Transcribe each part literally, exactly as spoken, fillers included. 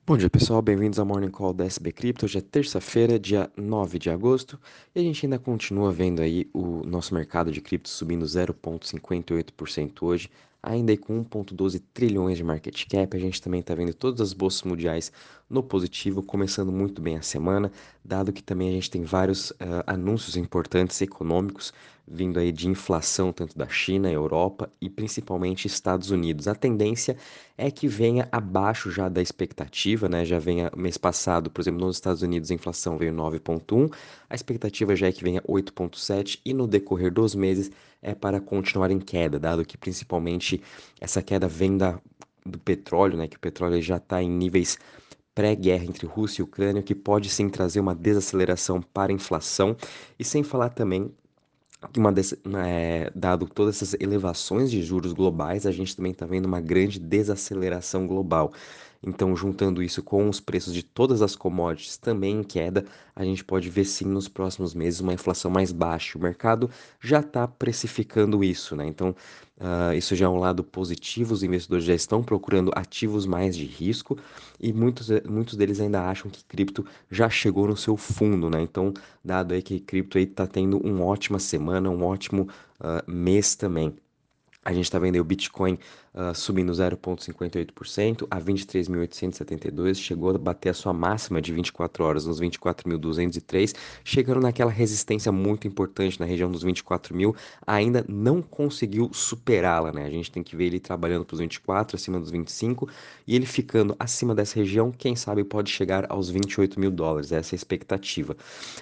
Bom dia, pessoal. Bem-vindos ao Morning Call da S B Crypto. Hoje é terça-feira, dia nove de agosto, e a gente ainda continua vendo aí o nosso mercado de cripto subindo zero vírgula cinquenta e oito por cento hoje, ainda aí com um vírgula doze trilhões de market cap. A gente também está vendo todas as bolsas mundiais no positivo, começando muito bem a semana, dado que também a gente tem vários ah, anúncios importantes econômicos vindo aí de inflação tanto da China, Europa e principalmente Estados Unidos. A tendência é que venha abaixo já da expectativa, né? Já venha mês passado, por exemplo, nos Estados Unidos a inflação veio nove vírgula um, a expectativa já é que venha oito vírgula sete e no decorrer dos meses é para continuar em queda, dado que principalmente essa queda vem da, do petróleo, né? Que o petróleo já está em níveis pré-guerra entre Rússia e Ucrânia, que pode sim trazer uma desaceleração para a inflação, e sem falar também uma desse- é, dado todas essas elevações de juros globais, a gente também está vendo uma grande desaceleração global. Então, juntando isso com os preços de todas as commodities também em queda, a gente pode ver sim nos próximos meses uma inflação mais baixa. O mercado já está precificando isso, né? Então, ah, isso já é um lado positivo. Os investidores já estão procurando ativos mais de risco e muitos, muitos deles ainda acham que cripto já chegou no seu fundo, né? Então, dado aí que cripto aí tá tendo uma ótima semana, um ótimo ah, mês também. A gente está vendo aí o Bitcoin ah, subindo zero vírgula cinquenta e oito por cento a vinte e três mil oitocentos e setenta e dois, chegou a bater a sua máxima de vinte e quatro horas nos vinte e quatro mil duzentos e três, chegando naquela resistência muito importante na região dos vinte e quatro mil, ainda não conseguiu superá-la, né? A gente tem que ver ele trabalhando para os vinte e quatro, acima dos vinte e cinco, e ele ficando acima dessa região, quem sabe pode chegar aos vinte e oito mil dólares, essa é a expectativa.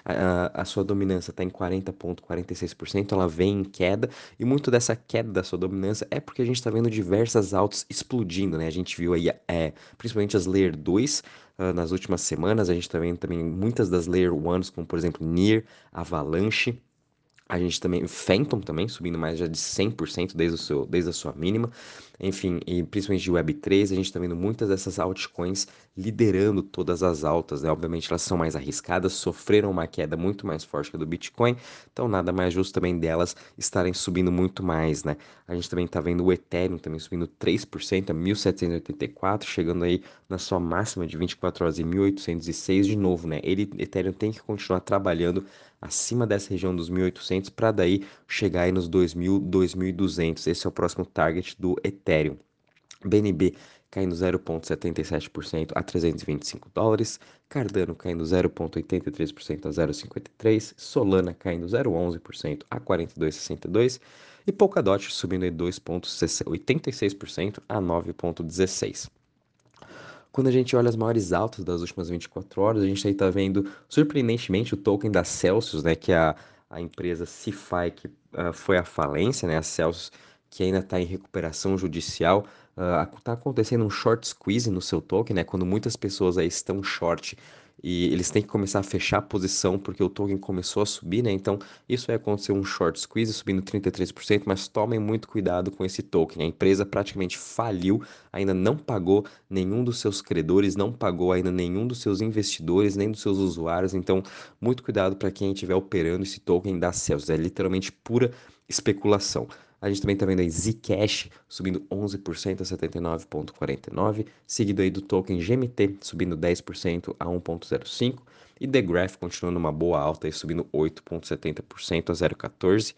A, a sua dominância está em quarenta vírgula quarenta e seis por cento, ela vem em queda, e muito dessa queda da sua dominância é porque a gente está vendo diversas altas explodindo, né? A gente viu aí, é, principalmente as Layer dois ah, nas últimas semanas, a gente está vendo também muitas das Layer ones, como por exemplo Near, Avalanche. A gente também, Phantom também, subindo mais já de cem por cento desde, o seu, desde a sua mínima. Enfim, e principalmente de web três, a gente está vendo muitas dessas altcoins liderando todas as altas, né? Obviamente elas são mais arriscadas, sofreram uma queda muito mais forte que a do Bitcoin, então nada mais justo também delas estarem subindo muito mais, né? A gente também está vendo o Ethereum também subindo três por cento a mil setecentos e oitenta e quatro, chegando aí na sua máxima de vinte e quatro horas em mil oitocentos e seis de novo, né? Ele, Ethereum tem que continuar trabalhando acima dessa região dos mil e oitocentos para daí chegar aí nos dois mil, dois mil e duzentos. Esse é o próximo target do Ethereum. B N B caindo zero vírgula setenta e sete por cento a trezentos e vinte e cinco dólares, Cardano caindo zero vírgula oitenta e três por cento a zero vírgula cinquenta e três, Solana caindo zero vírgula onze por cento a quarenta e dois vírgula sessenta e dois e Polkadot subindo aí dois vírgula oitenta e seis por cento a nove vírgula dezesseis. Quando a gente olha as maiores altas das últimas vinte e quatro horas, a gente aí está vendo, surpreendentemente, o token da Celsius, né, que é a, a empresa CeFi que ah, foi à falência, né, a Celsius que ainda está em recuperação judicial. Está acontecendo um short squeeze no seu token, né, quando muitas pessoas aí estão short e eles têm que começar a fechar a posição porque o token começou a subir, né? Então, isso vai acontecer um short squeeze subindo trinta e três por cento, mas tomem muito cuidado com esse token. A empresa praticamente faliu, ainda não pagou nenhum dos seus credores, não pagou ainda nenhum dos seus investidores, nem dos seus usuários. Então, muito cuidado para quem estiver operando esse token da Celsius. É literalmente pura especulação. A gente também está vendo aí Zcash subindo onze por cento a setenta e nove vírgula quarenta e nove, seguido aí do token G M T subindo dez por cento a um vírgula zero cinco e The Graph continuando uma boa alta aí subindo oito vírgula setenta por cento a zero vírgula quatorze.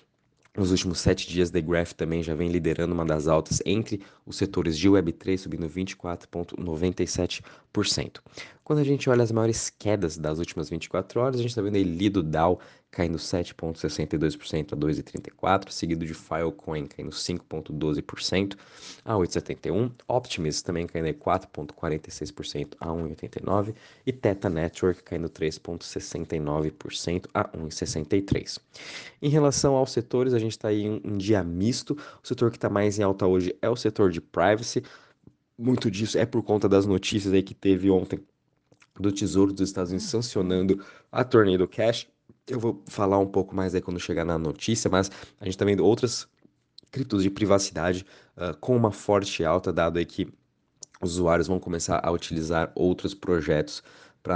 Nos últimos sete dias, The Graph também já vem liderando uma das altas entre os setores de web três, subindo vinte e quatro vírgula noventa e sete por cento. Quando a gente olha as maiores quedas das últimas vinte e quatro horas, a gente está vendo aí Lido D A O caindo sete vírgula sessenta e dois por cento a dois vírgula trinta e quatro por cento, seguido de Filecoin caindo cinco vírgula doze por cento a oito vírgula setenta e um por cento, Optimism também caindo aí quatro vírgula quarenta e seis por cento a um vírgula oitenta e nove por cento e Teta Network caindo três vírgula sessenta e nove por cento a um vírgula sessenta e três por cento. Em relação aos setores, a gente está aí em um, um dia misto. O setor que está mais em alta hoje é o setor de privacy. Muito disso é por conta das notícias aí que teve ontem do Tesouro dos Estados Unidos sancionando a Tornado Cash. Eu vou falar um pouco mais aí quando chegar na notícia, mas a gente está vendo outras criptos de privacidade uh, com uma forte alta, dado aí que os usuários vão começar a utilizar outros projetos para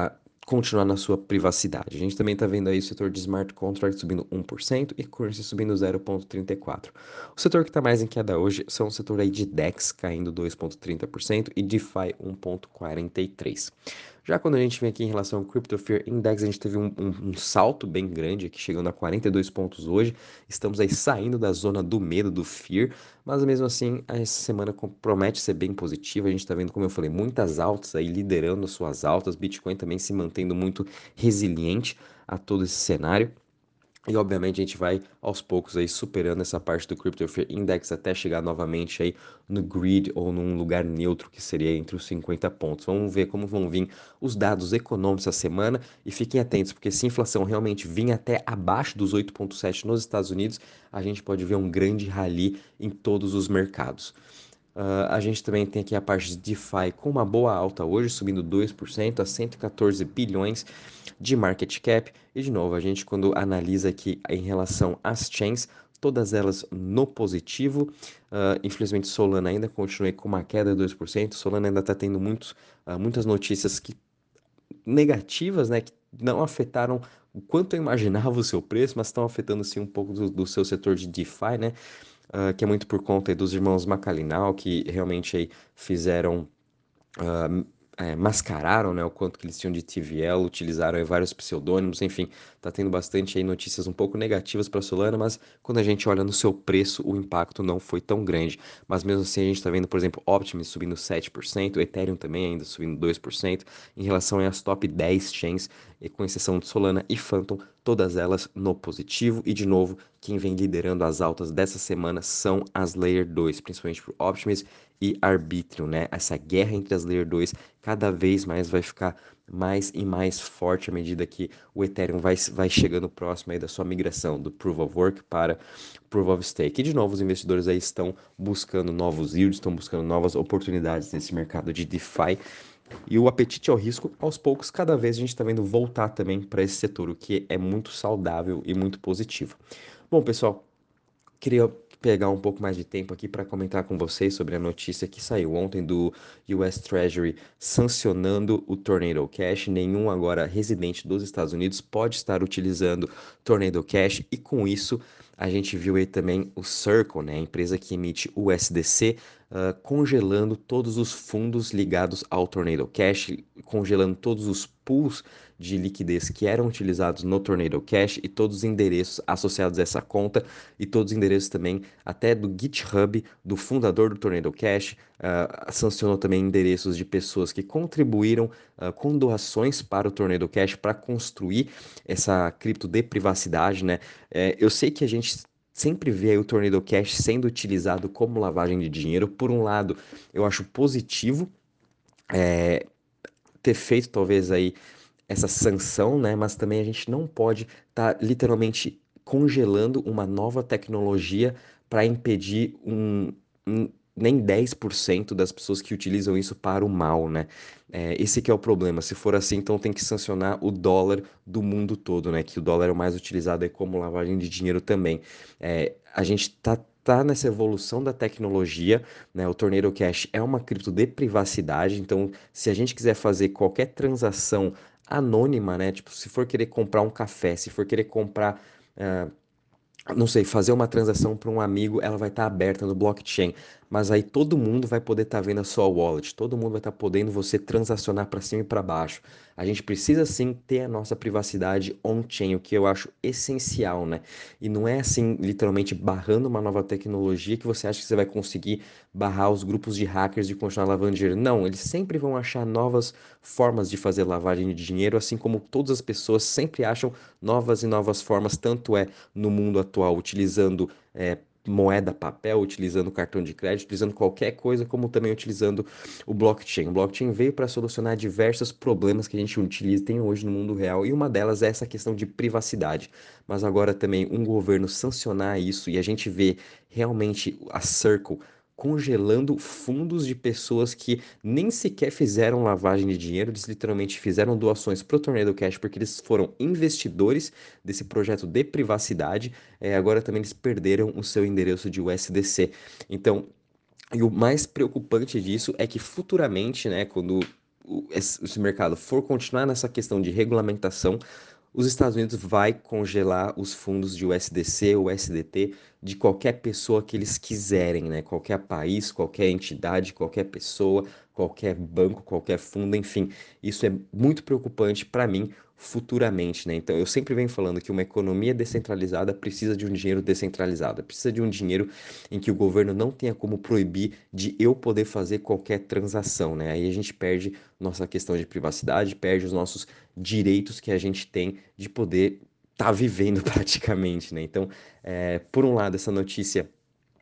continuar na sua privacidade. A gente também está vendo aí o setor de smart contracts subindo um por cento e currency subindo zero vírgula trinta e quatro por cento. O setor que está mais em queda hoje são o setor aí de DEX caindo dois vírgula trinta por cento e DeFi um vírgula quarenta e três por cento. Já quando a gente vem aqui em relação ao Crypto Fear Index, a gente teve um, um, um salto bem grande aqui, chegando a quarenta e dois pontos hoje. Estamos aí saindo da zona do medo, do fear, mas mesmo assim, essa semana promete ser bem positiva. A gente está vendo, como eu falei, muitas altas aí liderando suas altas, Bitcoin também se mantendo muito resiliente a todo esse cenário. E obviamente a gente vai aos poucos aí superando essa parte do Crypto Fear Index até chegar novamente aí no grid ou num lugar neutro que seria entre os cinquenta pontos. Vamos ver como vão vir os dados econômicos essa semana e fiquem atentos, porque se a inflação realmente vir até abaixo dos oito vírgula sete nos Estados Unidos, a gente pode ver um grande rally em todos os mercados. Uh, a gente também tem aqui a parte de DeFi com uma boa alta hoje, subindo dois por cento a cento e quatorze bilhões de market cap. E de novo, a gente quando analisa aqui em relação às chains, todas elas no positivo. Uh, infelizmente, Solana ainda continua com uma queda de dois por cento. Solana ainda está tendo muitos, uh, muitas notícias que, negativas, né, que não afetaram o quanto eu imaginava o seu preço, mas estão afetando sim um pouco do, do seu setor de DeFi, né? Uh, que é muito por conta aí dos irmãos Macalinal, que realmente aí fizeram, uh, é, mascararam, né, o quanto que eles tinham de T V L, utilizaram aí vários pseudônimos, enfim, tá tendo bastante aí notícias um pouco negativas para Solana, mas quando a gente olha no seu preço, o impacto não foi tão grande. Mas mesmo assim a gente tá vendo, por exemplo, Optimus subindo sete por cento, Ethereum também ainda subindo dois por cento, em relação às top dez chains, e com exceção de Solana e Phantom, todas elas no positivo. E de novo, quem vem liderando as altas dessa semana são as Layer dois, principalmente por Optimus e Arbitrum, né? Essa guerra entre as Layer dois cada vez mais vai ficar mais e mais forte à medida que o Ethereum vai, vai chegando próximo aí da sua migração do Proof of Work para Proof of Stake. E de novo, os investidores aí estão buscando novos yields, estão buscando novas oportunidades nesse mercado de DeFi. E o apetite ao risco, aos poucos, cada vez a gente está vendo voltar também para esse setor, o que é muito saudável e muito positivo. Bom, pessoal, queria pegar um pouco mais de tempo aqui para comentar com vocês sobre a notícia que saiu ontem do U S Treasury sancionando o Tornado Cash. Nenhum agora residente dos Estados Unidos pode estar utilizando Tornado Cash e com isso a gente viu aí também o Circle, né, a empresa que emite U S D C, uh, congelando todos os fundos ligados ao Tornado Cash, congelando todos os pools de liquidez que eram utilizados no Tornado Cash e todos os endereços associados a essa conta e todos os endereços também até do GitHub do fundador do Tornado Cash. Uh, sancionou também endereços de pessoas que contribuíram uh, com doações para o Tornado Cash para construir essa cripto de privacidade, né? É, eu sei que a gente sempre vê aí o Tornado Cash sendo utilizado como lavagem de dinheiro. Por um lado, eu acho positivo é, ter feito talvez aí essa sanção, né? Mas também a gente não pode estar tá, literalmente congelando uma nova tecnologia para impedir um, um- nem dez por cento das pessoas que utilizam isso para o mal, né? É, esse que é o problema. Se for assim, então tem que sancionar o dólar do mundo todo, né? Que o dólar é o mais utilizado aí como lavagem de dinheiro também. É, a gente tá tá nessa evolução da tecnologia, né? O Tornado Cash é uma cripto de privacidade, então se a gente quiser fazer qualquer transação anônima, né? Tipo, se for querer comprar um café, se for querer comprar, ah, não sei, fazer uma transação para um amigo, ela vai estar aberta no blockchain, mas aí todo mundo vai poder estar vendo a sua wallet, todo mundo vai estar podendo você transacionar para cima e para baixo. A gente precisa sim ter a nossa privacidade on-chain, o que eu acho essencial, né? E não é assim, literalmente barrando uma nova tecnologia que você acha que você vai conseguir barrar os grupos de hackers de continuar lavando dinheiro. Não, eles sempre vão achar novas formas de fazer lavagem de dinheiro, assim como todas as pessoas sempre acham novas e novas formas, tanto é no mundo atual, utilizando é, moeda papel, utilizando cartão de crédito, utilizando qualquer coisa, como também utilizando o blockchain. O blockchain veio para solucionar diversos problemas que a gente utiliza, tem hoje no mundo real, e uma delas é essa questão de privacidade. Mas agora também um governo sancionar isso e a gente vê realmente a Circle congelando fundos de pessoas que nem sequer fizeram lavagem de dinheiro, eles literalmente fizeram doações pro Tornado Cash porque eles foram investidores desse projeto de privacidade. É, agora também eles perderam o seu endereço de U S D C. Então, e o mais preocupante disso é que futuramente, né, quando o- esse esse mercado for continuar nessa questão de regulamentação, os Estados Unidos vai congelar os fundos de U S D C, U S D T, de qualquer pessoa que eles quiserem, né? Qualquer país, qualquer entidade, qualquer pessoa, qualquer banco, qualquer fundo, enfim. Isso é muito preocupante para mim futuramente, né? Então, eu sempre venho falando que uma economia descentralizada precisa de um dinheiro descentralizado, precisa de um dinheiro em que o governo não tenha como proibir de eu poder fazer qualquer transação, né? Aí a gente perde nossa questão de privacidade, perde os nossos direitos que a gente tem de poder estar tá vivendo praticamente, né? Então, é, por um lado, essa notícia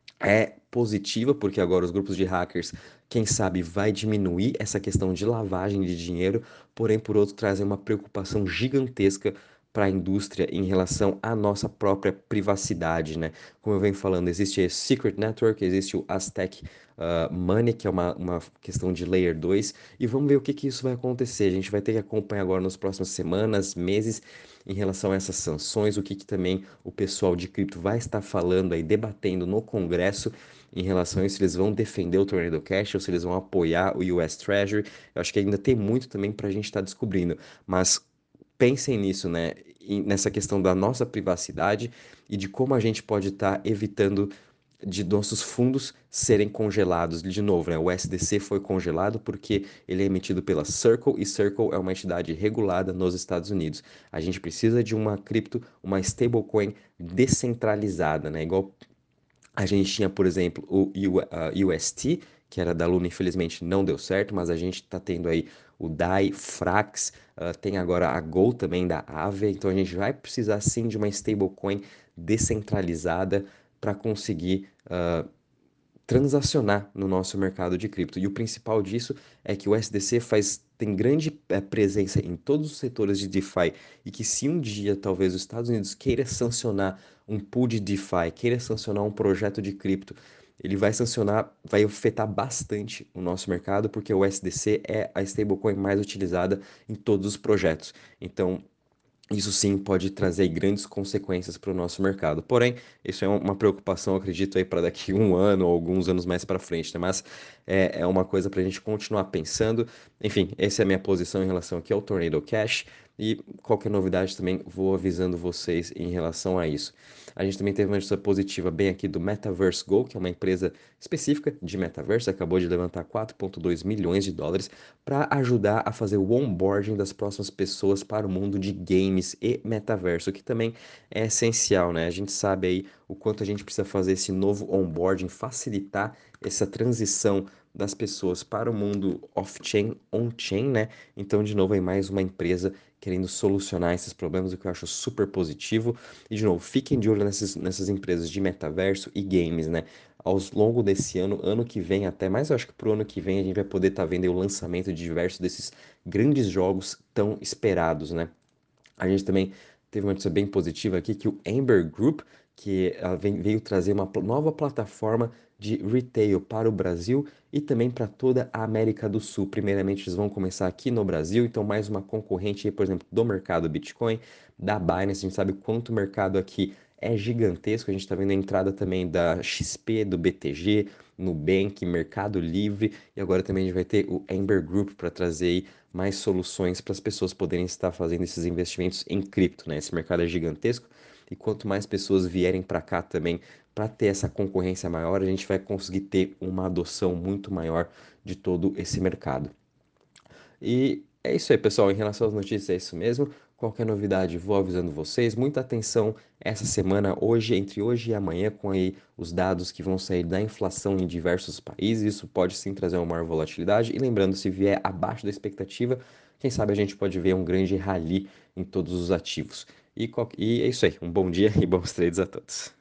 é positiva, porque agora os grupos de hackers, quem sabe, vai diminuir essa questão de lavagem de dinheiro, porém, por outro, trazem uma preocupação gigantesca para a indústria em relação à nossa própria privacidade, né? Como eu venho falando, existe a Secret Network, existe o Aztec uh, Money, que é uma, uma questão de Layer dois, e vamos ver o que que isso vai acontecer. A gente vai ter que acompanhar agora nas próximas semanas, meses, em relação a essas sanções, o que que também o pessoal de cripto vai estar falando aí, debatendo no Congresso em relação a isso, se eles vão defender o Tornado Cash ou se eles vão apoiar o U S Treasury. Eu acho que ainda tem muito também para a gente estar descobrindo, mas pensem nisso, né? E nessa questão da nossa privacidade e de como a gente pode estar evitando de nossos fundos serem congelados. De novo, né? O S D C foi congelado porque ele é emitido pela Circle e Circle é uma entidade regulada nos Estados Unidos. A gente precisa de uma cripto, uma stablecoin descentralizada, né? Igual a gente tinha, por exemplo, o U- a U S T, que era da Luna, infelizmente não deu certo, mas a gente está tendo aí o D A I, Frax, ah, tem agora a Gol também da Aave, então a gente vai precisar sim de uma stablecoin descentralizada para conseguir ah, transacionar no nosso mercado de cripto. E o principal disso é que o S D C faz, tem grande eh, presença em todos os setores de DeFi e que se um dia talvez os Estados Unidos queira sancionar um pool de DeFi, queira sancionar um projeto de cripto, ele vai sancionar, vai afetar bastante o nosso mercado, porque o S D C é a stablecoin mais utilizada em todos os projetos. Então, isso sim pode trazer grandes consequências para o nosso mercado. Porém, isso é uma preocupação, acredito, aí para daqui um ano ou alguns anos mais para frente, né? Mas é, é uma coisa para a gente continuar pensando. Enfim, essa é a minha posição em relação aqui ao Tornado Cash. E qualquer novidade também vou avisando vocês em relação a isso. A gente também teve uma notícia positiva bem aqui do Metaverse Go, que é uma empresa específica de metaverso, acabou de levantar quatro vírgula dois milhões de dólares para ajudar a fazer o onboarding das próximas pessoas para o mundo de games e metaverso, que também é essencial, né? A gente sabe aí o quanto a gente precisa fazer esse novo onboarding, facilitar essa transição das pessoas para o mundo off-chain, on-chain, né? Então, de novo, aí mais uma empresa querendo solucionar esses problemas, o que eu acho super positivo. E, de novo, fiquem de olho nessas, nessas empresas de metaverso e games, né? Ao longo desse ano, ano que vem até, mas eu acho que pro ano que vem a gente vai poder estar vendo aí o lançamento de diversos desses grandes jogos tão esperados, né? A gente também teve uma notícia bem positiva aqui que o Amber Group, que ela vem- veio trazer uma pl- nova plataforma de retail para o Brasil e também para toda a América do Sul. Primeiramente, eles vão começar aqui no Brasil, então mais uma concorrente, aí, por exemplo, do mercado Bitcoin, da Binance. A gente sabe o quanto o mercado aqui é gigantesco. A gente está vendo a entrada também da X P, do B T G, Nubank, Mercado Livre e agora também a gente vai ter o Amber Group para trazer aí mais soluções para as pessoas poderem estar fazendo esses investimentos em cripto, né? Esse mercado é gigantesco e quanto mais pessoas vierem para cá também para ter essa concorrência maior, a gente vai conseguir ter uma adoção muito maior de todo esse mercado. E é isso aí, pessoal. Em relação às notícias, é isso mesmo. Qualquer novidade, vou avisando vocês. Muita atenção essa semana, hoje, entre hoje e amanhã, com aí os dados que vão sair da inflação em diversos países. Isso pode sim trazer uma maior volatilidade. E lembrando, se vier abaixo da expectativa, quem sabe a gente pode ver um grande rally em todos os ativos. E, qual- e é isso aí. Um bom dia e bons trades a todos.